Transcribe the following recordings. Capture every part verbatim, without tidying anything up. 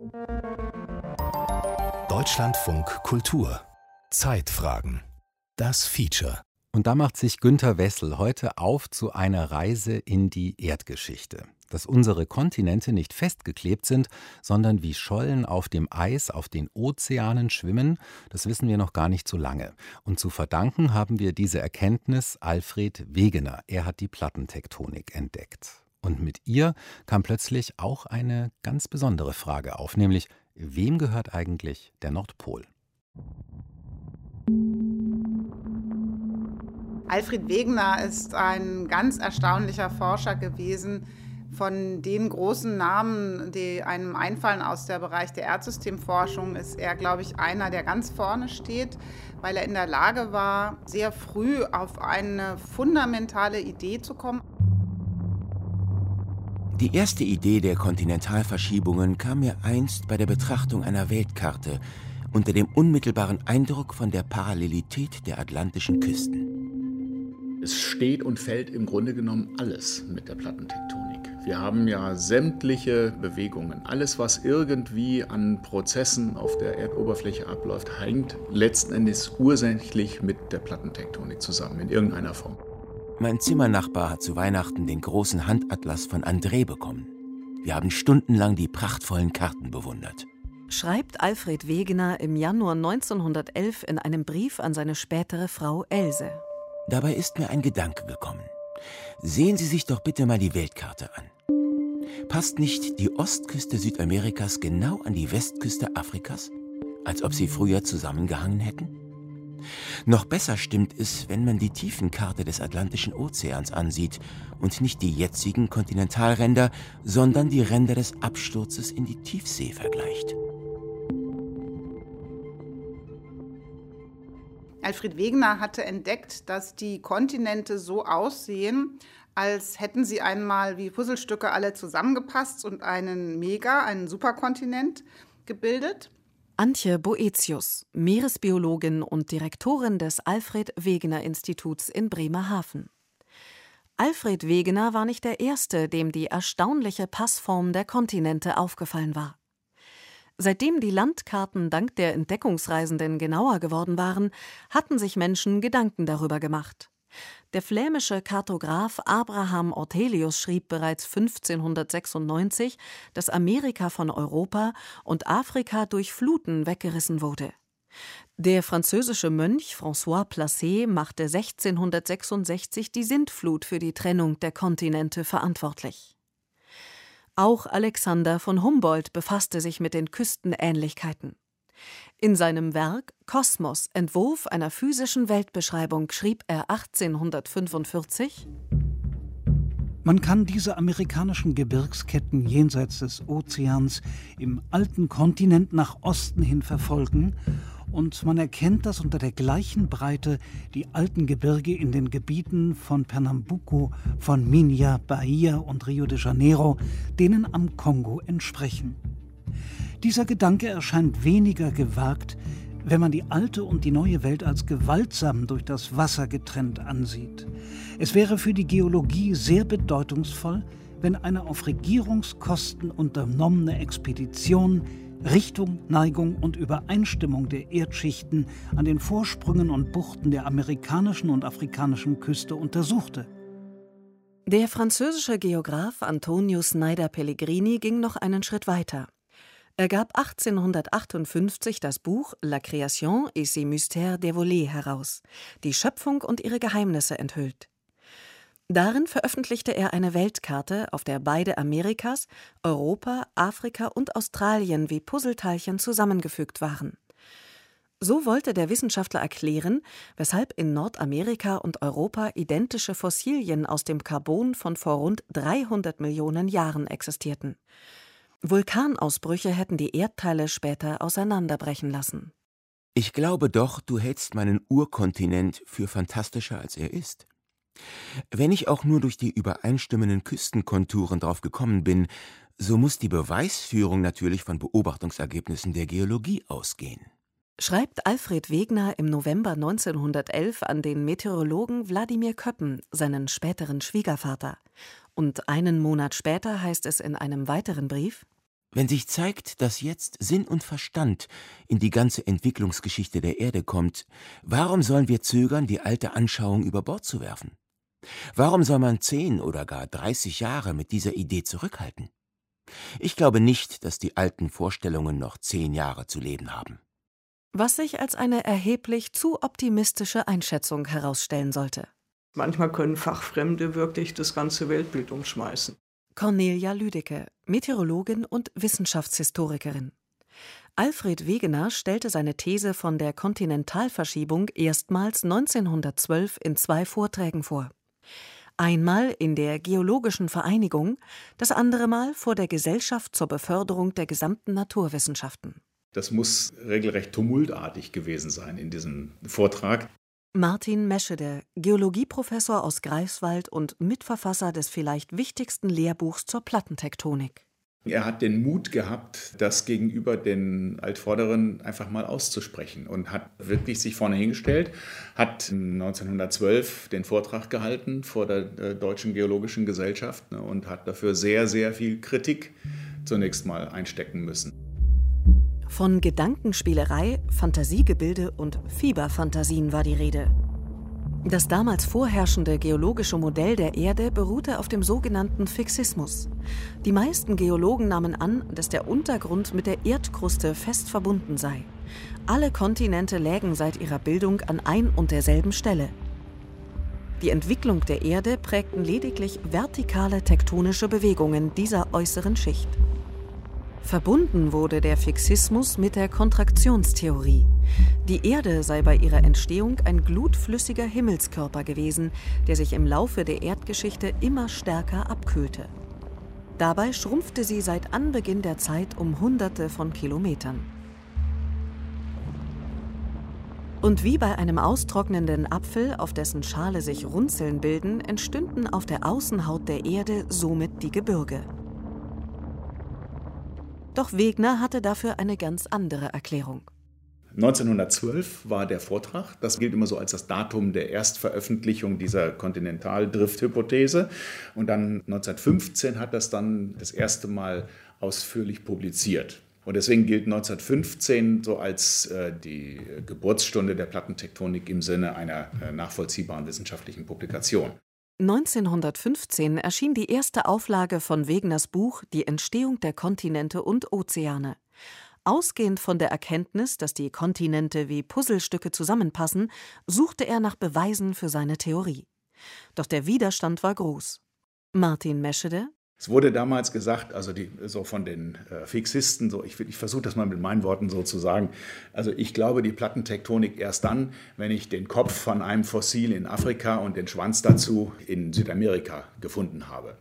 Deutschlandfunk Kultur Zeitfragen. Das Feature. Und da macht sich Günter Wessel heute auf zu einer Reise in die Erdgeschichte. Dass unsere Kontinente nicht festgeklebt sind, sondern wie Schollen auf dem Eis auf den Ozeanen schwimmen, das wissen wir noch gar nicht so lange. Und zu verdanken haben wir diese Erkenntnis Alfred Wegener. Er hat die Plattentektonik entdeckt. Und mit ihr kam plötzlich auch eine ganz besondere Frage auf, nämlich: Wem gehört eigentlich der Nordpol? Alfred Wegener ist ein ganz erstaunlicher Forscher gewesen. Von den großen Namen, die einem einfallen aus dem Bereich der Erdsystemforschung, ist er, glaube ich, einer, der ganz vorne steht, weil er in der Lage war, sehr früh auf eine fundamentale Idee zu kommen. Die erste Idee der Kontinentalverschiebungen kam mir einst bei der Betrachtung einer Weltkarte unter dem unmittelbaren Eindruck von der Parallelität der atlantischen Küsten. Es steht und fällt im Grunde genommen alles mit der Plattentektonik. Wir haben ja sämtliche Bewegungen. Alles, was irgendwie an Prozessen auf der Erdoberfläche abläuft, hängt letzten Endes ursächlich mit der Plattentektonik zusammen, in irgendeiner Form. Mein Zimmernachbar hat zu Weihnachten den großen Handatlas von André bekommen. Wir haben stundenlang die prachtvollen Karten bewundert. Schreibt Alfred Wegener im Januar neunzehnhundertelf in einem Brief an seine spätere Frau Else. Dabei ist mir ein Gedanke gekommen. Sehen Sie sich doch bitte mal die Weltkarte an. Passt nicht die Ostküste Südamerikas genau an die Westküste Afrikas? Als ob sie früher zusammengehangen hätten? Noch besser stimmt es, wenn man die Tiefenkarte des Atlantischen Ozeans ansieht und nicht die jetzigen Kontinentalränder, sondern die Ränder des Absturzes in die Tiefsee vergleicht. Alfred Wegener hatte entdeckt, dass die Kontinente so aussehen, als hätten sie einmal wie Puzzlestücke alle zusammengepasst und einen Mega, einen Superkontinent gebildet. Antje Boetius, Meeresbiologin und Direktorin des Alfred Wegener Instituts in Bremerhaven. Alfred Wegener war nicht der Erste, dem die erstaunliche Passform der Kontinente aufgefallen war. Seitdem die Landkarten dank der Entdeckungsreisenden genauer geworden waren, hatten sich Menschen Gedanken darüber gemacht. Der flämische Kartograf Abraham Ortelius schrieb bereits fünfzehnhundertsechsundneunzig, dass Amerika von Europa und Afrika durch Fluten weggerissen wurde. Der französische Mönch François Placé machte sechzehnhundertsechsundsechzig die Sintflut für die Trennung der Kontinente verantwortlich. Auch Alexander von Humboldt befasste sich mit den Küstenähnlichkeiten. In seinem Werk Kosmos, Entwurf einer physischen Weltbeschreibung schrieb er achtzehnhundertfünfundvierzig: Man kann diese amerikanischen Gebirgsketten jenseits des Ozeans im alten Kontinent nach Osten hin verfolgen, und man erkennt, dass unter der gleichen Breite die alten Gebirge in den Gebieten von Pernambuco, von Minas, Bahia und Rio de Janeiro denen am Kongo entsprechen. Dieser Gedanke erscheint weniger gewagt, wenn man die alte und die neue Welt als gewaltsam durch das Wasser getrennt ansieht. Es wäre für die Geologie sehr bedeutungsvoll, wenn eine auf Regierungskosten unternommene Expedition Richtung, Neigung und Übereinstimmung der Erdschichten an den Vorsprüngen und Buchten der amerikanischen und afrikanischen Küste untersuchte. Der französische Geograph Antonio Snyder Pellegrini ging noch einen Schritt weiter. Er gab achtzehnhundertachtundfünfzig das Buch La Création et ses mystères dévoilés heraus, die Schöpfung und ihre Geheimnisse enthüllt. Darin veröffentlichte er eine Weltkarte, auf der beide Amerikas, Europa, Afrika und Australien wie Puzzleteilchen zusammengefügt waren. So wollte der Wissenschaftler erklären, weshalb in Nordamerika und Europa identische Fossilien aus dem Karbon von vor rund dreihundert Millionen Jahren existierten. Vulkanausbrüche hätten die Erdteile später auseinanderbrechen lassen. Ich glaube doch, du hältst meinen Urkontinent für fantastischer, als er ist. Wenn ich auch nur durch die übereinstimmenden Küstenkonturen drauf gekommen bin, so muss die Beweisführung natürlich von Beobachtungsergebnissen der Geologie ausgehen. Schreibt Alfred Wegener im November neunzehnhundertelf an den Meteorologen Wladimir Köppen, seinen späteren Schwiegervater. Und einen Monat später heißt es in einem weiteren Brief: Wenn sich zeigt, dass jetzt Sinn und Verstand in die ganze Entwicklungsgeschichte der Erde kommt, warum sollen wir zögern, die alte Anschauung über Bord zu werfen? Warum soll man zehn oder gar dreißig Jahre mit dieser Idee zurückhalten? Ich glaube nicht, dass die alten Vorstellungen noch zehn Jahre zu leben haben. Was sich als eine erheblich zu optimistische Einschätzung herausstellen sollte. Manchmal können Fachfremde wirklich das ganze Weltbild umschmeißen. Cornelia Lüdecke, Meteorologin und Wissenschaftshistorikerin. Alfred Wegener stellte seine These von der Kontinentalverschiebung erstmals neunzehnhundertzwölf in zwei Vorträgen vor. Einmal in der Geologischen Vereinigung, das andere Mal vor der Gesellschaft zur Beförderung der gesamten Naturwissenschaften. Das muss regelrecht tumultartig gewesen sein in diesem Vortrag. Martin Meschede, Geologieprofessor aus Greifswald und Mitverfasser des vielleicht wichtigsten Lehrbuchs zur Plattentektonik. Er hat den Mut gehabt, das gegenüber den Altvorderen einfach mal auszusprechen und hat wirklich sich vorne hingestellt, hat neunzehnhundertzwölf den Vortrag gehalten vor der Deutschen Geologischen Gesellschaft und hat dafür sehr, sehr viel Kritik zunächst mal einstecken müssen. Von Gedankenspielerei, Fantasiegebilde und Fieberfantasien war die Rede. Das damals vorherrschende geologische Modell der Erde beruhte auf dem sogenannten Fixismus. Die meisten Geologen nahmen an, dass der Untergrund mit der Erdkruste fest verbunden sei. Alle Kontinente lägen seit ihrer Bildung an ein und derselben Stelle. Die Entwicklung der Erde prägten lediglich vertikale tektonische Bewegungen dieser äußeren Schicht. Verbunden wurde der Fixismus mit der Kontraktionstheorie. Die Erde sei bei ihrer Entstehung ein glutflüssiger Himmelskörper gewesen, der sich im Laufe der Erdgeschichte immer stärker abkühlte. Dabei schrumpfte sie seit Anbeginn der Zeit um Hunderte von Kilometern. Und wie bei einem austrocknenden Apfel, auf dessen Schale sich Runzeln bilden, entstünden auf der Außenhaut der Erde somit die Gebirge. Doch Wegener hatte dafür eine ganz andere Erklärung. neunzehnhundertzwölf war der Vortrag. Das gilt immer so als das Datum der Erstveröffentlichung dieser Kontinentaldrift-Hypothese. Und dann neunzehnhundertfünfzehn hat das dann das erste Mal ausführlich publiziert. Und deswegen gilt neunzehnhundertfünfzehn so als äh, die Geburtsstunde der Plattentektonik im Sinne einer äh, nachvollziehbaren wissenschaftlichen Publikation. neunzehnhundertfünfzehn erschien die erste Auflage von Wegeners Buch Die Entstehung der Kontinente und Ozeane. Ausgehend von der Erkenntnis, dass die Kontinente wie Puzzlestücke zusammenpassen, suchte er nach Beweisen für seine Theorie. Doch der Widerstand war groß. Martin Meschede: Es wurde damals gesagt, also die, so von den äh, Fixisten, so ich, ich versuche das mal mit meinen Worten so zu sagen, also ich glaube die Plattentektonik erst dann, wenn ich den Kopf von einem Fossil in Afrika und den Schwanz dazu in Südamerika gefunden habe.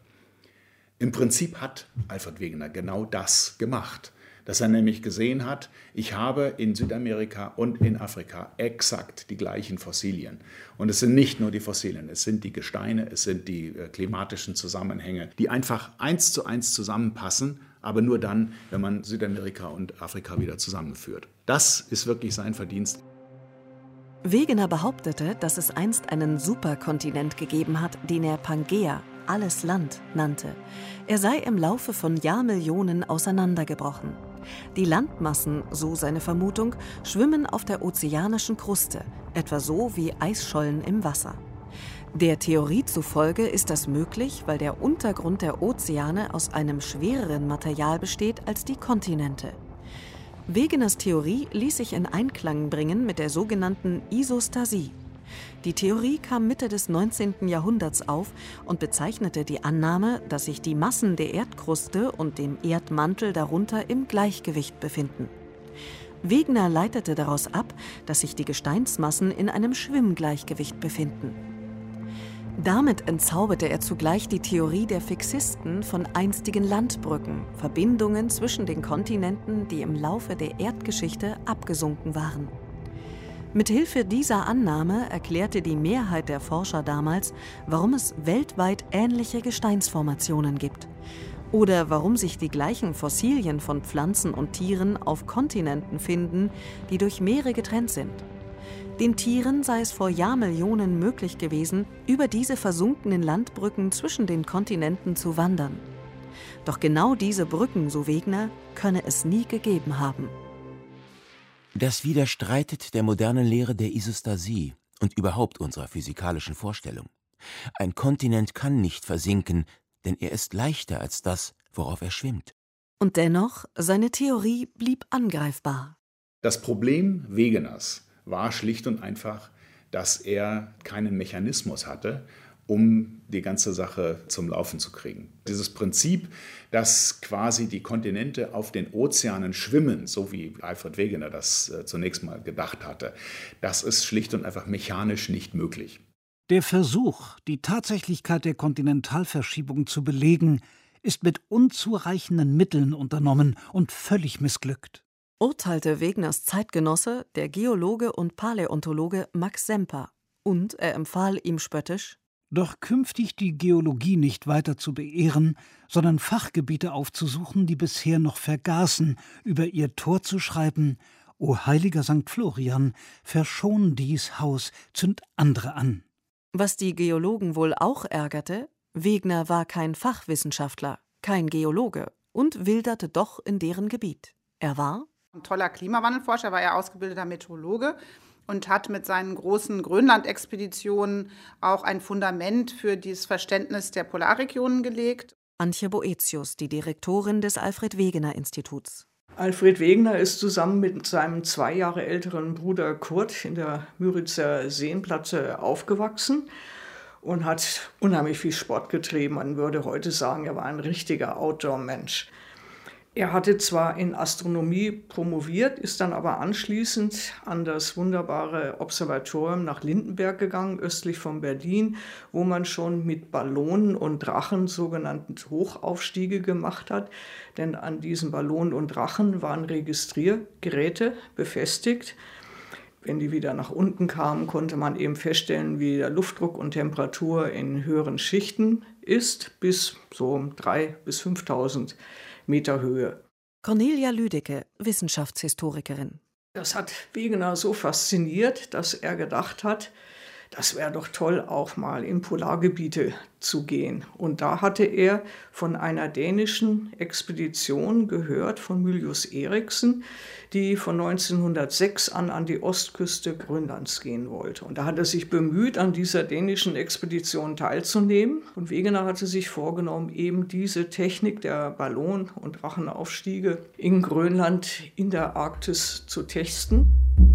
Im Prinzip hat Alfred Wegener genau das gemacht, dass er nämlich gesehen hat, ich habe in Südamerika und in Afrika exakt die gleichen Fossilien. Und es sind nicht nur die Fossilien, es sind die Gesteine, es sind die äh, klimatischen Zusammenhänge, die einfach eins zu eins zusammenpassen, aber nur dann, wenn man Südamerika und Afrika wieder zusammenführt. Das ist wirklich sein Verdienst. Wegener behauptete, dass es einst einen Superkontinent gegeben hat, den er Pangea, alles Land, nannte. Er sei im Laufe von Jahrmillionen auseinandergebrochen. Die Landmassen, so seine Vermutung, schwimmen auf der ozeanischen Kruste, etwa so wie Eisschollen im Wasser. Der Theorie zufolge ist das möglich, weil der Untergrund der Ozeane aus einem schwereren Material besteht als die Kontinente. Wegeners Theorie ließ sich in Einklang bringen mit der sogenannten Isostasie. Die Theorie kam Mitte des neunzehnten Jahrhunderts auf und bezeichnete die Annahme, dass sich die Massen der Erdkruste und dem Erdmantel darunter im Gleichgewicht befinden. Wegener leitete daraus ab, dass sich die Gesteinsmassen in einem Schwimmgleichgewicht befinden. Damit entzauberte er zugleich die Theorie der Fixisten von einstigen Landbrücken, Verbindungen zwischen den Kontinenten, die im Laufe der Erdgeschichte abgesunken waren. Mithilfe dieser Annahme erklärte die Mehrheit der Forscher damals, warum es weltweit ähnliche Gesteinsformationen gibt oder warum sich die gleichen Fossilien von Pflanzen und Tieren auf Kontinenten finden, die durch Meere getrennt sind. Den Tieren sei es vor Jahrmillionen möglich gewesen, über diese versunkenen Landbrücken zwischen den Kontinenten zu wandern. Doch genau diese Brücken, so Wegener, könne es nie gegeben haben. Das widerstreitet der modernen Lehre der Isostasie und überhaupt unserer physikalischen Vorstellung. Ein Kontinent kann nicht versinken, denn er ist leichter als das, worauf er schwimmt. Und dennoch, seine Theorie blieb angreifbar. Das Problem Wegeners war schlicht und einfach, dass er keinen Mechanismus hatte, um die ganze Sache zum Laufen zu kriegen. Dieses Prinzip, dass quasi die Kontinente auf den Ozeanen schwimmen, so wie Alfred Wegener das äh, zunächst mal gedacht hatte, das ist schlicht und einfach mechanisch nicht möglich. Der Versuch, die Tatsächlichkeit der Kontinentalverschiebung zu belegen, ist mit unzureichenden Mitteln unternommen und völlig missglückt, urteilte Wegeners Zeitgenosse, der Geologe und Paläontologe Max Semper. Und er empfahl ihm spöttisch: Doch künftig die Geologie nicht weiter zu beehren, sondern Fachgebiete aufzusuchen, die bisher noch vergaßen, über ihr Tor zu schreiben: O heiliger Sankt Florian, verschon dies Haus, zünd andere an. Was die Geologen wohl auch ärgerte: Wegener war kein Fachwissenschaftler, kein Geologe und wilderte doch in deren Gebiet. Er war ein toller Klimawandelforscher, war er ausgebildeter Meteorologe und hat mit seinen großen Grönland-Expeditionen auch ein Fundament für dieses Verständnis der Polarregionen gelegt. Antje Boetius, die Direktorin des Alfred-Wegener-Instituts. Alfred Wegener ist zusammen mit seinem zwei Jahre älteren Bruder Kurt in der Müritzer Seenplatte aufgewachsen und hat unheimlich viel Sport getrieben. Man würde heute sagen, er war ein richtiger Outdoor-Mensch. Er hatte zwar in Astronomie promoviert, ist dann aber anschließend an das wunderbare Observatorium nach Lindenberg gegangen, östlich von Berlin, wo man schon mit Ballonen und Drachen sogenannten Hochaufstiege gemacht hat. Denn an diesen Ballonen und Drachen waren Registriergeräte befestigt. Wenn die wieder nach unten kamen, konnte man eben feststellen, wie der Luftdruck und Temperatur in höheren Schichten ist, bis so um dreitausend bis fünftausend Meter Höhe. Cornelia Lüdecke, Wissenschaftshistorikerin. Das hat Wegener so fasziniert, dass er gedacht hat, das wäre doch toll, auch mal in Polargebiete zu gehen. Und da hatte er von einer dänischen Expedition gehört, von Mylius Erichsen, die von neunzehnhundertsechs an an die Ostküste Grönlands gehen wollte. Und da hat er sich bemüht, an dieser dänischen Expedition teilzunehmen. Und Wegener hatte sich vorgenommen, eben diese Technik der Ballon- und Drachenaufstiege in Grönland, in der Arktis zu testen.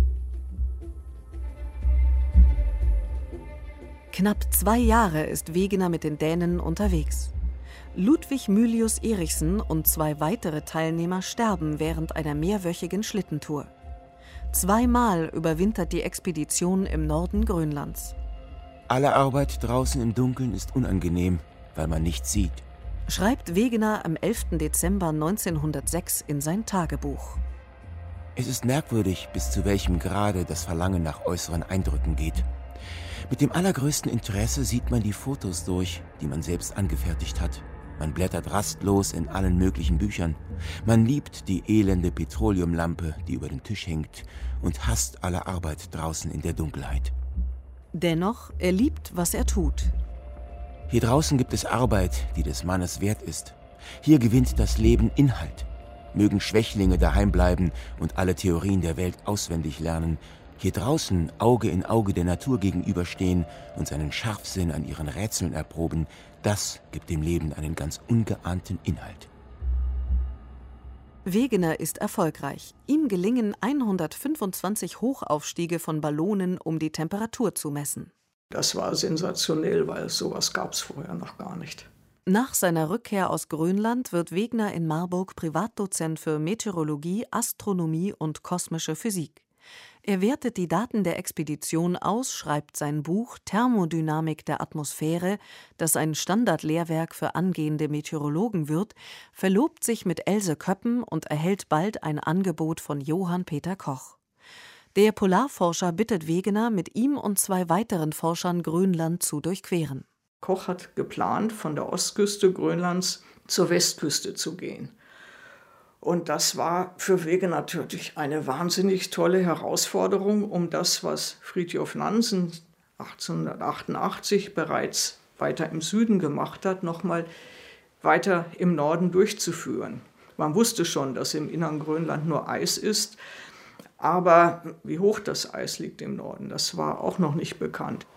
Knapp zwei Jahre ist Wegener mit den Dänen unterwegs. Ludwig Mylius Erichsen und zwei weitere Teilnehmer sterben während einer mehrwöchigen Schlittentour. Zweimal überwintert die Expedition im Norden Grönlands. Alle Arbeit draußen im Dunkeln ist unangenehm, weil man nichts sieht, schreibt Wegener am elften Dezember neunzehnhundertsechs in sein Tagebuch. Es ist merkwürdig, bis zu welchem Grade das Verlangen nach äußeren Eindrücken geht. Mit dem allergrößten Interesse sieht man die Fotos durch, die man selbst angefertigt hat. Man blättert rastlos in allen möglichen Büchern. Man liebt die elende Petroleumlampe, die über dem Tisch hängt, und hasst alle Arbeit draußen in der Dunkelheit. Dennoch, er liebt, was er tut. Hier draußen gibt es Arbeit, die des Mannes wert ist. Hier gewinnt das Leben Inhalt. Mögen Schwächlinge daheim bleiben und alle Theorien der Welt auswendig lernen. Hier draußen Auge in Auge der Natur gegenüberstehen und seinen Scharfsinn an ihren Rätseln erproben, das gibt dem Leben einen ganz ungeahnten Inhalt. Wegener ist erfolgreich. Ihm gelingen hundertfünfundzwanzig Hochaufstiege von Ballonen, um die Temperatur zu messen. Das war sensationell, weil sowas gab es vorher noch gar nicht. Nach seiner Rückkehr aus Grönland wird Wegener in Marburg Privatdozent für Meteorologie, Astronomie und kosmische Physik. Er wertet die Daten der Expedition aus, schreibt sein Buch Thermodynamik der Atmosphäre, das ein Standardlehrwerk für angehende Meteorologen wird, verlobt sich mit Else Köppen und erhält bald ein Angebot von Johann Peter Koch. Der Polarforscher bittet Wegener, mit ihm und zwei weiteren Forschern Grönland zu durchqueren. Koch hat geplant, von der Ostküste Grönlands zur Westküste zu gehen. Und das war für Wegener natürlich eine wahnsinnig tolle Herausforderung, um das, was Fridtjof Nansen achtzehnhundertachtundachtzig bereits weiter im Süden gemacht hat, nochmal weiter im Norden durchzuführen. Man wusste schon, dass im inneren Grönland nur Eis ist, aber wie hoch das Eis liegt im Norden, das war auch noch nicht bekannt.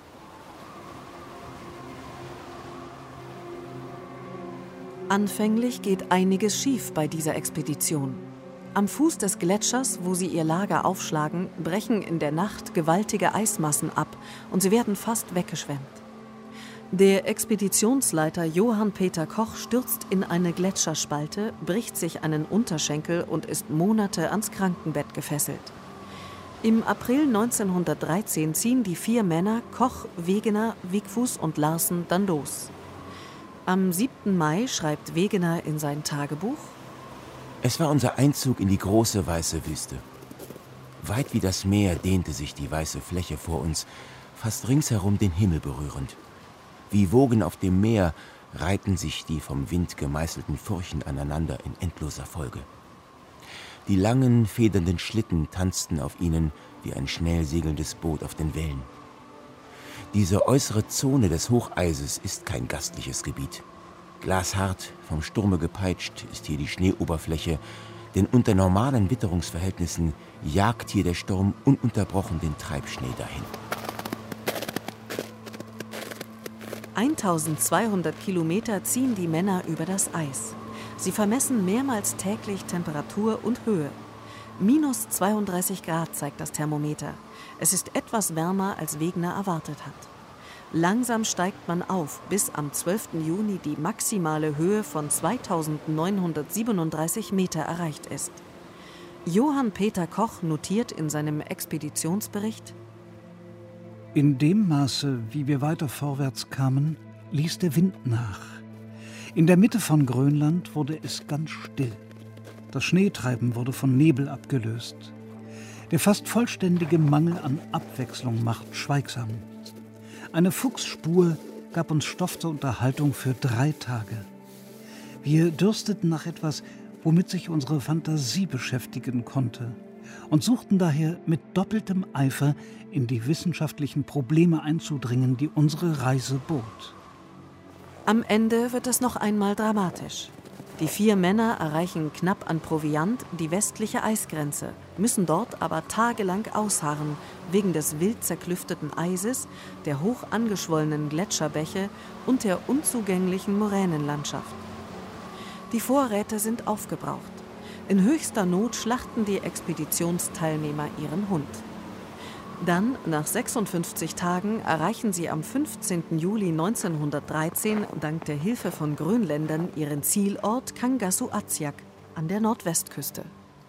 Anfänglich geht einiges schief bei dieser Expedition. Am Fuß des Gletschers, wo sie ihr Lager aufschlagen, brechen in der Nacht gewaltige Eismassen ab und sie werden fast weggeschwemmt. Der Expeditionsleiter Johann Peter Koch stürzt in eine Gletscherspalte, bricht sich einen Unterschenkel und ist Monate ans Krankenbett gefesselt. Im April neunzehnhundertdreizehn ziehen die vier Männer Koch, Wegener, Wigfus und Larsen dann los. Am siebten Mai schreibt Wegener in sein Tagebuch: Es war unser Einzug in die große weiße Wüste. Weit wie das Meer dehnte sich die weiße Fläche vor uns, fast ringsherum den Himmel berührend. Wie Wogen auf dem Meer reihten sich die vom Wind gemeißelten Furchen aneinander in endloser Folge. Die langen, federnden Schlitten tanzten auf ihnen wie ein schnell segelndes Boot auf den Wellen. Diese äußere Zone des Hocheises ist kein gastliches Gebiet. Glashart, vom Sturme gepeitscht, ist hier die Schneeoberfläche, denn unter normalen Witterungsverhältnissen jagt hier der Sturm ununterbrochen den Treibschnee dahin. eintausendzweihundert Kilometer ziehen die Männer über das Eis. Sie vermessen mehrmals täglich Temperatur und Höhe. Minus zweiunddreißig Grad zeigt das Thermometer. Es ist etwas wärmer, als Wegener erwartet hat. Langsam steigt man auf, bis am zwölften Juni die maximale Höhe von zweitausendneunhundertsiebenunddreißig Meter erreicht ist. Johann Peter Koch notiert in seinem Expeditionsbericht: In dem Maße, wie wir weiter vorwärts kamen, ließ der Wind nach. In der Mitte von Grönland wurde es ganz still. Das Schneetreiben wurde von Nebel abgelöst. Der fast vollständige Mangel an Abwechslung macht schweigsam. Eine Fuchsspur gab uns Stoff zur Unterhaltung für drei Tage. Wir dürsteten nach etwas, womit sich unsere Fantasie beschäftigen konnte, und suchten daher mit doppeltem Eifer in die wissenschaftlichen Probleme einzudringen, die unsere Reise bot. Am Ende wird es noch einmal dramatisch. Die vier Männer erreichen knapp an Proviant die westliche Eisgrenze, müssen dort aber tagelang ausharren, wegen des wild zerklüfteten Eises, der hoch angeschwollenen Gletscherbäche und der unzugänglichen Moränenlandschaft. Die Vorräte sind aufgebraucht. In höchster Not schlachten die Expeditionsteilnehmer ihren Hund. Dann, nach sechsundfünfzig Tagen, erreichen sie am fünfzehnten Juli neunzehnhundertdreizehn dank der Hilfe von Grönländern ihren Zielort Kangersuatsiaq an der Nordwestküste.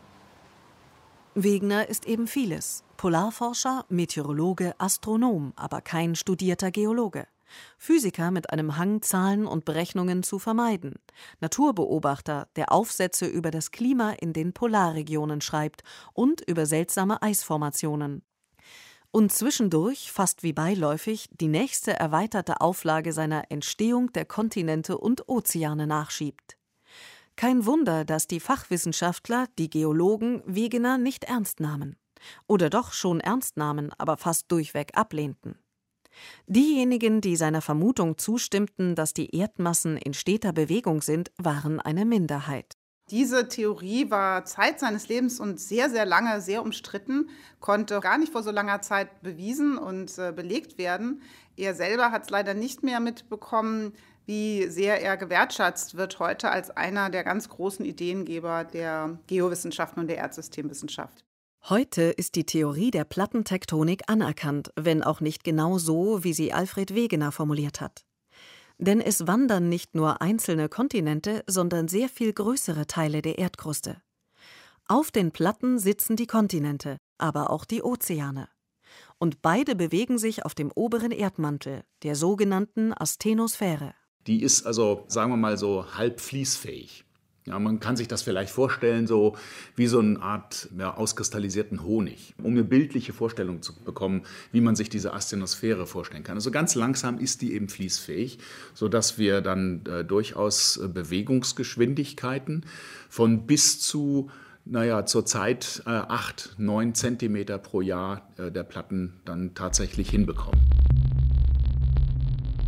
Wegener ist eben vieles: Polarforscher, Meteorologe, Astronom, aber kein studierter Geologe. Physiker mit einem Hang, Zahlen und Berechnungen zu vermeiden. Naturbeobachter, der Aufsätze über das Klima in den Polarregionen schreibt und über seltsame Eisformationen. Und zwischendurch, fast wie beiläufig, die nächste erweiterte Auflage seiner Entstehung der Kontinente und Ozeane nachschiebt. Kein Wunder, dass die Fachwissenschaftler, die Geologen, Wegener nicht ernst nahmen. Oder doch schon ernst nahmen, aber fast durchweg ablehnten. Diejenigen, die seiner Vermutung zustimmten, dass die Erdmassen in steter Bewegung sind, waren eine Minderheit. Diese Theorie war Zeit seines Lebens und sehr, sehr lange sehr umstritten, konnte gar nicht vor so langer Zeit bewiesen und äh, belegt werden. Er selber hat es leider nicht mehr mitbekommen, wie sehr er gewertschätzt wird heute als einer der ganz großen Ideengeber der Geowissenschaften und der Erdsystemwissenschaft. Heute ist die Theorie der Plattentektonik anerkannt, wenn auch nicht genau so, wie sie Alfred Wegener formuliert hat. Denn es wandern nicht nur einzelne Kontinente, sondern sehr viel größere Teile der Erdkruste. Auf den Platten sitzen die Kontinente, aber auch die Ozeane. Und beide bewegen sich auf dem oberen Erdmantel, der sogenannten Asthenosphäre. Die ist also, sagen wir mal so, halb fließfähig. Ja, man kann sich das vielleicht vorstellen, so wie so eine Art ja, auskristallisierten Honig, um eine bildliche Vorstellung zu bekommen, wie man sich diese Asthenosphäre vorstellen kann. Also ganz langsam ist die eben fließfähig, sodass wir dann äh, durchaus äh, Bewegungsgeschwindigkeiten von bis zu, naja, zurzeit äh, acht, neun Zentimeter pro Jahr äh, der Platten dann tatsächlich hinbekommen.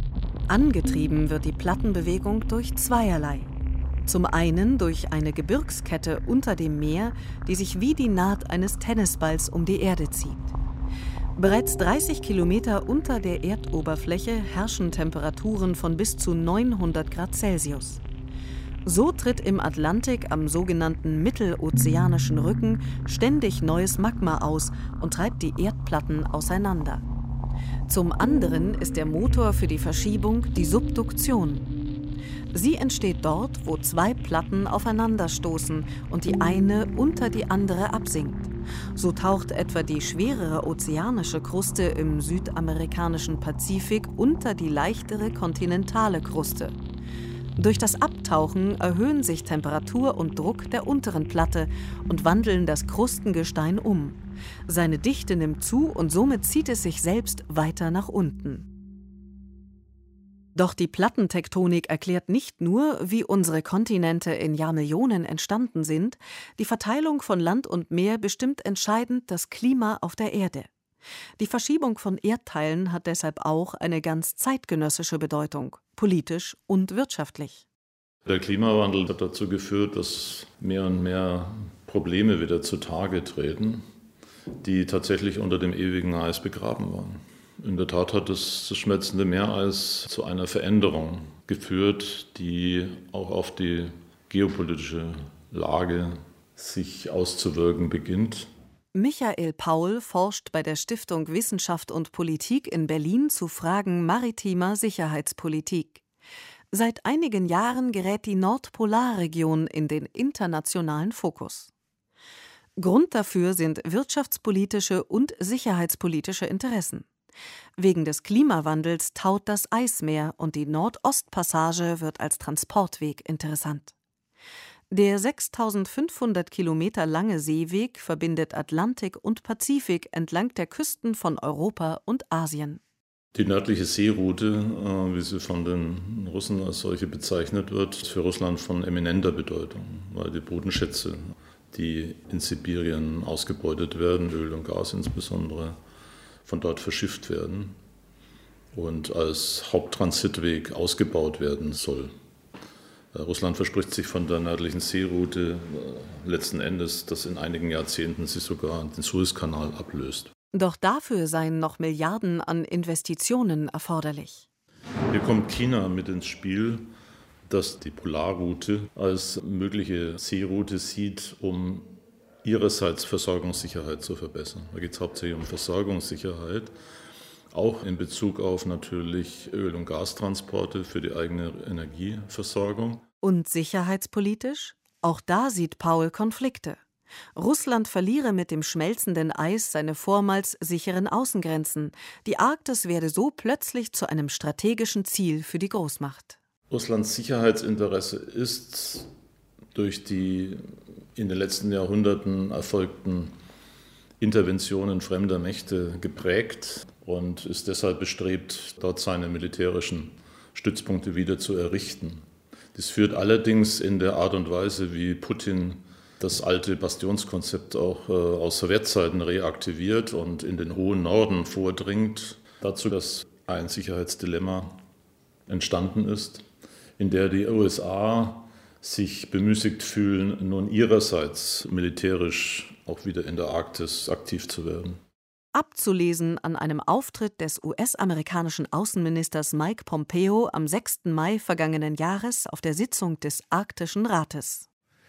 Angetrieben wird die Plattenbewegung durch zweierlei. Zum einen durch eine Gebirgskette unter dem Meer, die sich wie die Naht eines Tennisballs um die Erde zieht. Bereits dreißig Kilometer unter der Erdoberfläche herrschen Temperaturen von bis zu neunhundert Grad Celsius. So tritt im Atlantik am sogenannten Mittelozeanischen Rücken ständig neues Magma aus und treibt die Erdplatten auseinander. Zum anderen ist der Motor für die Verschiebung die Subduktion. Sie entsteht dort, wo zwei Platten aufeinanderstoßen und die eine unter die andere absinkt. So taucht etwa die schwerere ozeanische Kruste im südamerikanischen Pazifik unter die leichtere kontinentale Kruste. Durch das Abtauchen erhöhen sich Temperatur und Druck der unteren Platte und wandeln das Krustengestein um. Seine Dichte nimmt zu und somit zieht es sich selbst weiter nach unten. Doch die Plattentektonik erklärt nicht nur, wie unsere Kontinente in Jahrmillionen entstanden sind, die Verteilung von Land und Meer bestimmt entscheidend das Klima auf der Erde. Die Verschiebung von Erdteilen hat deshalb auch eine ganz zeitgenössische Bedeutung, politisch und wirtschaftlich. Der Klimawandel hat dazu geführt, dass mehr und mehr Probleme wieder zutage treten, die tatsächlich unter dem ewigen Eis begraben waren. In der Tat hat das, das schmelzende Meereis zu einer Veränderung geführt, die auch auf die geopolitische Lage sich auszuwirken beginnt. Michael Paul forscht bei der Stiftung Wissenschaft und Politik in Berlin zu Fragen maritimer Sicherheitspolitik. Seit einigen Jahren gerät die Nordpolarregion in den internationalen Fokus. Grund dafür sind wirtschaftspolitische und sicherheitspolitische Interessen. Wegen des Klimawandels taut das Eismeer und die Nordostpassage wird als Transportweg interessant. Der sechstausendfünfhundert Kilometer lange Seeweg verbindet Atlantik und Pazifik entlang der Küsten von Europa und Asien. Die nördliche Seeroute, wie sie von den Russen als solche bezeichnet wird, ist für Russland von eminenter Bedeutung, weil die Bodenschätze, die in Sibirien ausgebeutet werden, Öl und Gas insbesondere, von dort verschifft werden und als Haupttransitweg ausgebaut werden soll. Russland verspricht sich von der nördlichen Seeroute letzten Endes, dass in einigen Jahrzehnten sie sogar den Suezkanal ablöst. Doch dafür seien noch Milliarden an Investitionen erforderlich. Hier kommt China mit ins Spiel, das die Polarroute als mögliche Seeroute sieht, um ihrerseits Versorgungssicherheit zu verbessern. Da geht es hauptsächlich um Versorgungssicherheit, auch in Bezug auf natürlich Öl- und Gastransporte für die eigene Energieversorgung. Und sicherheitspolitisch? Auch da sieht Paul Konflikte. Russland verliere mit dem schmelzenden Eis seine vormals sicheren Außengrenzen. Die Arktis werde so plötzlich zu einem strategischen Ziel für die Großmacht. Russlands Sicherheitsinteresse ist durch die in den letzten Jahrhunderten erfolgten Interventionen fremder Mächte geprägt und ist deshalb bestrebt, dort seine militärischen Stützpunkte wieder zu errichten. Das führt allerdings in der Art und Weise, wie Putin das alte Bastionskonzept auch äh, aus Sowjetzeiten reaktiviert und in den hohen Norden vordringt, dazu, dass ein Sicherheitsdilemma entstanden ist, in der die U S A sich bemüßigt fühlen, nun ihrerseits militärisch auch wieder in der Arktis aktiv zu werden. Abzulesen an einem Auftritt des U S-amerikanischen Außenministers Mike Pompeo am sechsten Mai vergangenen Jahres auf der Sitzung des Arktischen Rates.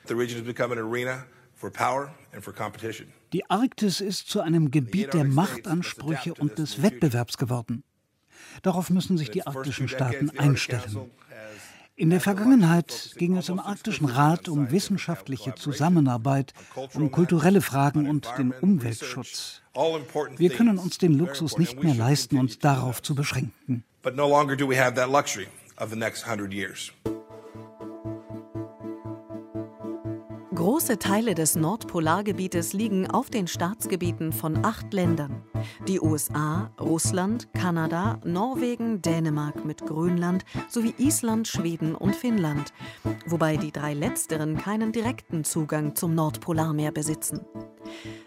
Die Arktis ist zu einem Gebiet der Machtansprüche und des Wettbewerbs geworden. Darauf müssen sich die arktischen Staaten einstellen. In der Vergangenheit ging es im Arktischen Rat um wissenschaftliche Zusammenarbeit, um kulturelle Fragen und den Umweltschutz. Wir können uns den Luxus nicht mehr leisten, uns darauf zu beschränken. Große Teile des Nordpolargebietes liegen auf den Staatsgebieten von acht Ländern. Die U S A, Russland, Kanada, Norwegen, Dänemark mit Grönland sowie Island, Schweden und Finnland, wobei die drei letzteren keinen direkten Zugang zum Nordpolarmeer besitzen.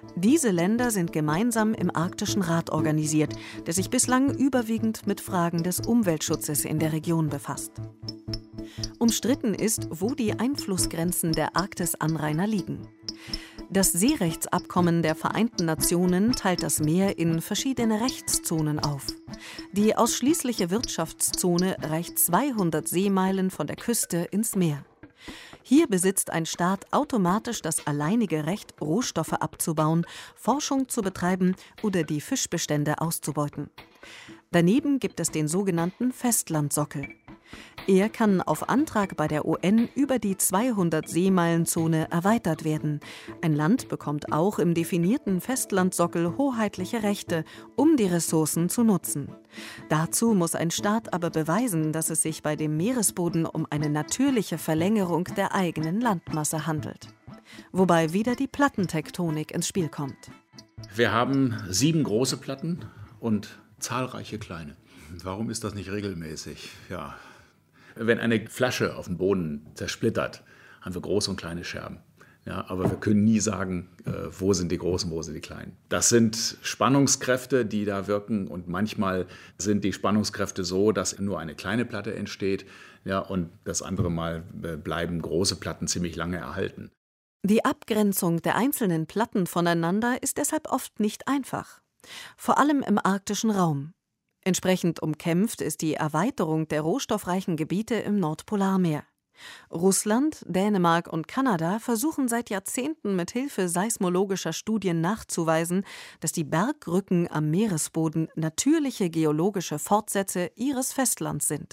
Diese Länder sind gemeinsam im Arktischen Rat organisiert, der sich bislang überwiegend mit Fragen des Umweltschutzes in der Region befasst. Umstritten ist, wo die Einflussgrenzen der Arktisanrainer liegen. Das Seerechtsabkommen der Vereinten Nationen teilt das Meer in verschiedene Rechtszonen auf. Die ausschließliche Wirtschaftszone reicht zweihundert Seemeilen von der Küste ins Meer. Hier besitzt ein Staat automatisch das alleinige Recht, Rohstoffe abzubauen, Forschung zu betreiben oder die Fischbestände auszubeuten. Daneben gibt es den sogenannten Festlandsockel. Er kann auf Antrag bei der U N über die zweihundert Seemeilenzone erweitert werden. Ein Land bekommt auch im definierten Festlandsockel hoheitliche Rechte, um die Ressourcen zu nutzen. Dazu muss ein Staat aber beweisen, dass es sich bei dem Meeresboden um eine natürliche Verlängerung der eigenen Landmasse handelt. Wobei wieder die Plattentektonik ins Spiel kommt. Wir haben sieben große Platten und zahlreiche kleine. Warum ist das nicht regelmäßig? Ja. Wenn eine Flasche auf dem Boden zersplittert, haben wir große und kleine Scherben. Ja, aber wir können nie sagen, äh, wo sind die großen, wo sind die kleinen. Das sind Spannungskräfte, die da wirken, und manchmal sind die Spannungskräfte so, dass nur eine kleine Platte entsteht, ja, und das andere Mal äh, bleiben große Platten ziemlich lange erhalten. Die Abgrenzung der einzelnen Platten voneinander ist deshalb oft nicht einfach. Vor allem im arktischen Raum. Entsprechend umkämpft ist die Erweiterung der rohstoffreichen Gebiete im Nordpolarmeer. Russland, Dänemark und Kanada versuchen seit Jahrzehnten mit Hilfe seismologischer Studien nachzuweisen, dass die Bergrücken am Meeresboden natürliche geologische Fortsätze ihres Festlands sind.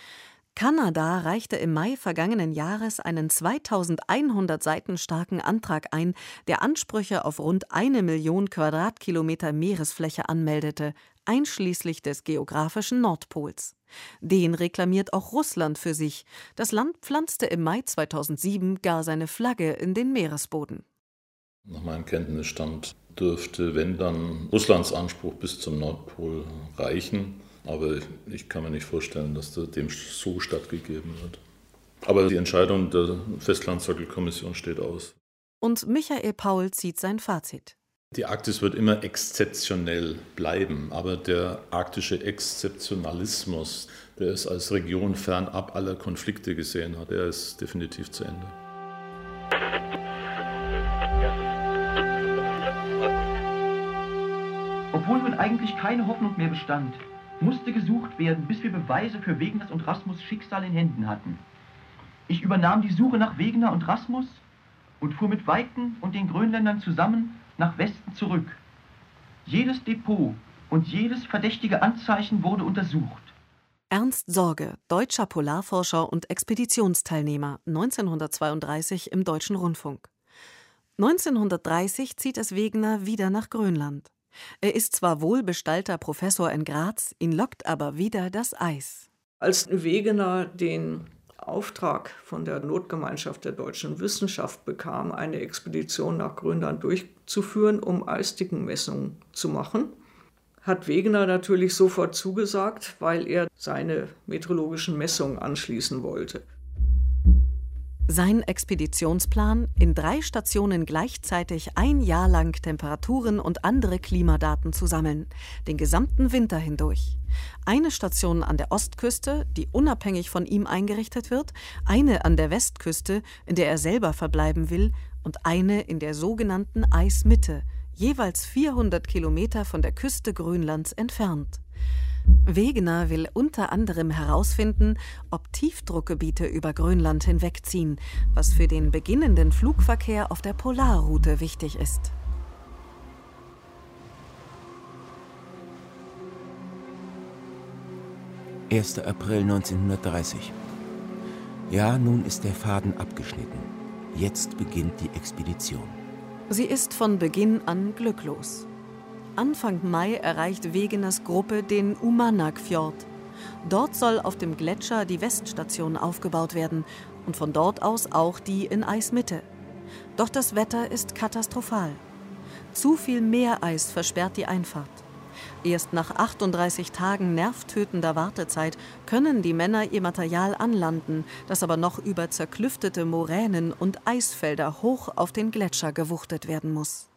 Kanada reichte im Mai vergangenen Jahres einen zweitausendeinhundert Seiten starken Antrag ein, der Ansprüche auf rund eine Million Quadratkilometer Meeresfläche anmeldete, einschließlich des geografischen Nordpols. Den reklamiert auch Russland für sich. Das Land pflanzte im Mai zweitausendsieben gar seine Flagge in den Meeresboden. Nach meinem Kenntnisstand dürfte, wenn dann, Russlands Anspruch bis zum Nordpol reichen. Aber ich kann mir nicht vorstellen, dass dem so stattgegeben wird. Aber die Entscheidung der Festlandsockelkommission steht aus. Und Michael Paul zieht sein Fazit. Die Arktis wird immer exzeptionell bleiben, aber der arktische Exzeptionalismus, der es als Region fernab aller Konflikte gesehen hat, der ist definitiv zu Ende. Obwohl nun eigentlich keine Hoffnung mehr bestand, musste gesucht werden, bis wir Beweise für Wegeners und Rasmus' Schicksal in Händen hatten. Ich übernahm die Suche nach Wegener und Rasmus und fuhr mit Weiken und den Grönländern zusammen nach Westen zurück. Jedes Depot und jedes verdächtige Anzeichen wurde untersucht. Ernst Sorge, deutscher Polarforscher und Expeditionsteilnehmer, neunzehnhundertzweiunddreißig im Deutschen Rundfunk. neunzehnhundertdreißig zieht es Wegener wieder nach Grönland. Er ist zwar wohlbestallter Professor in Graz, ihn lockt aber wieder das Eis. Als Wegener den Auftrag von der Notgemeinschaft der deutschen Wissenschaft bekam, eine Expedition nach Grönland durchzuführen, um Eisdickenmessungen zu machen, hat Wegener natürlich sofort zugesagt, weil er seine meteorologischen Messungen anschließen wollte. Sein Expeditionsplan: in drei Stationen gleichzeitig ein Jahr lang Temperaturen und andere Klimadaten zu sammeln, den gesamten Winter hindurch. Eine Station an der Ostküste, die unabhängig von ihm eingerichtet wird, eine an der Westküste, in der er selber verbleiben will, und eine in der sogenannten Eismitte, jeweils vierhundert Kilometer von der Küste Grönlands entfernt. Wegener will unter anderem herausfinden, ob Tiefdruckgebiete über Grönland hinwegziehen, was für den beginnenden Flugverkehr auf der Polarroute wichtig ist. erster April neunzehnhundertdreißig. Ja, nun ist der Faden abgeschnitten. Jetzt beginnt die Expedition. Sie ist von Beginn an glücklos. Anfang Mai erreicht Wegeners Gruppe den Uummannaq-Fjord. Dort soll auf dem Gletscher die Weststation aufgebaut werden und von dort aus auch die in Eismitte. Doch das Wetter ist katastrophal. Zu viel Meereis versperrt die Einfahrt. Erst nach achtunddreißig Tagen nervtötender Wartezeit können die Männer ihr Material anlanden, das aber noch über zerklüftete Moränen und Eisfelder hoch auf den Gletscher gewuchtet werden muss.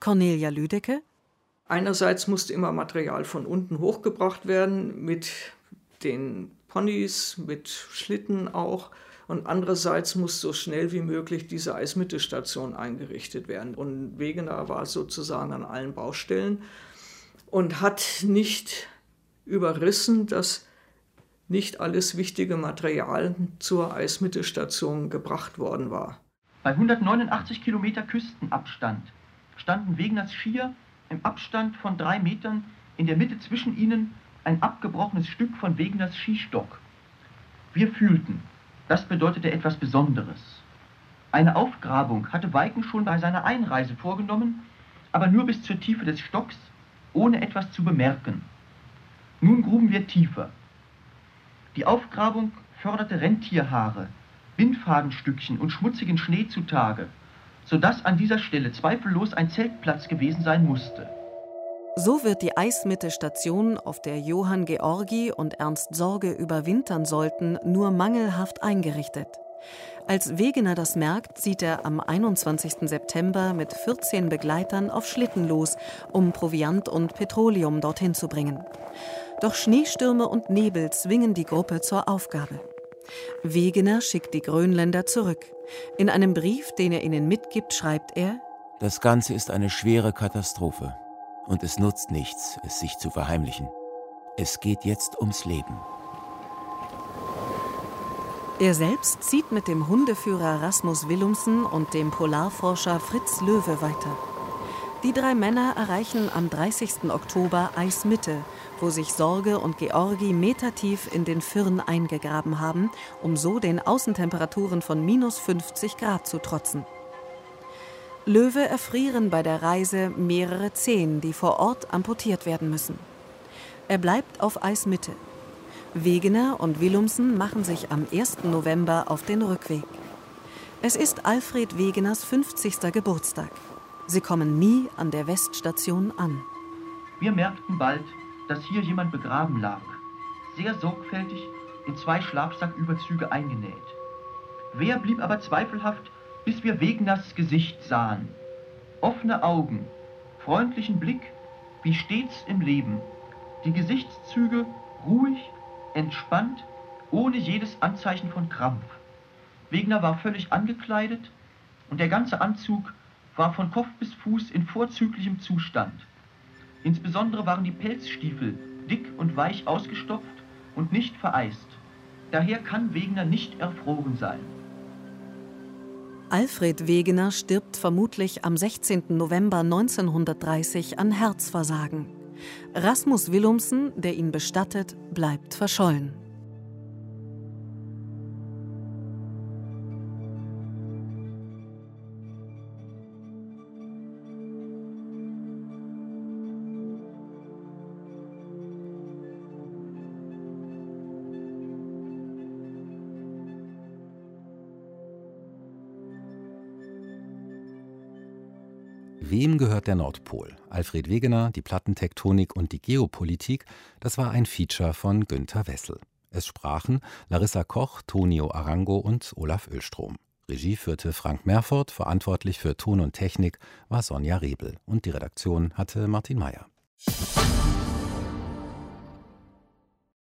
Cornelia Lüdecke: Einerseits musste immer Material von unten hochgebracht werden, mit den Ponys, mit Schlitten auch. Und andererseits muss so schnell wie möglich diese Eismittelstation eingerichtet werden. Und Wegener war sozusagen an allen Baustellen und hat nicht überrissen, dass nicht alles wichtige Material zur Eismittelstation gebracht worden war. Bei hundertneunundachtzig Kilometer Küstenabstand standen Wegeners Skier im Abstand von drei Metern, in der Mitte zwischen ihnen ein abgebrochenes Stück von Wegeners Skistock. Wir fühlten, das bedeutete etwas Besonderes. Eine Aufgrabung hatte Weiken schon bei seiner Einreise vorgenommen, aber nur bis zur Tiefe des Stocks, ohne etwas zu bemerken. Nun gruben wir tiefer. Die Aufgrabung förderte Rentierhaare, Bindfadenstückchen und schmutzigen Schnee zutage, sodass an dieser Stelle zweifellos ein Zeltplatz gewesen sein musste. So wird die Eismittelstation, auf der Johann Georgi und Ernst Sorge überwintern sollten, nur mangelhaft eingerichtet. Als Wegener das merkt, zieht er am einundzwanzigsten September mit vierzehn Begleitern auf Schlitten los, um Proviant und Petroleum dorthin zu bringen. Doch Schneestürme und Nebel zwingen die Gruppe zur Aufgabe. Wegener schickt die Grönländer zurück. In einem Brief, den er ihnen mitgibt, schreibt er: Das Ganze ist eine schwere Katastrophe. Und es nutzt nichts, es sich zu verheimlichen. Es geht jetzt ums Leben. Er selbst zieht mit dem Hundeführer Rasmus Willumsen und dem Polarforscher Fritz Löwe weiter. Die drei Männer erreichen am dreißigsten Oktober Eismitte, wo sich Sorge und Georgi metertief in den Firn eingegraben haben, um so den Außentemperaturen von minus fünfzig Grad zu trotzen. Löwe erfrieren bei der Reise mehrere Zehen, die vor Ort amputiert werden müssen. Er bleibt auf Eismitte. Wegener und Willumsen machen sich am ersten November auf den Rückweg. Es ist Alfred Wegeners fünfzigster Geburtstag. Sie kommen nie an der Weststation an. Wir merkten bald, dass hier jemand begraben lag, sehr sorgfältig in zwei Schlafsacküberzüge eingenäht. Wer blieb aber zweifelhaft, bis wir Wegeners Gesicht sahen. Offene Augen, freundlichen Blick, wie stets im Leben. Die Gesichtszüge ruhig, entspannt, ohne jedes Anzeichen von Krampf. Wegener war völlig angekleidet und der ganze Anzug war von Kopf bis Fuß in vorzüglichem Zustand. Insbesondere waren die Pelzstiefel dick und weich ausgestopft und nicht vereist. Daher kann Wegener nicht erfroren sein. Alfred Wegener stirbt vermutlich am sechzehnten November neunzehnhundertdreißig an Herzversagen. Rasmus Willumsen, der ihn bestattet, bleibt verschollen. Wem gehört der Nordpol? Alfred Wegener, die Plattentektonik und die Geopolitik, das war ein Feature von Günter Wessel. Es sprachen Larissa Koch, Tonio Arango und Olaf Oehlstrom. Regie führte Frank Merford, verantwortlich für Ton und Technik war Sonja Rebel und die Redaktion hatte Martin Meyer.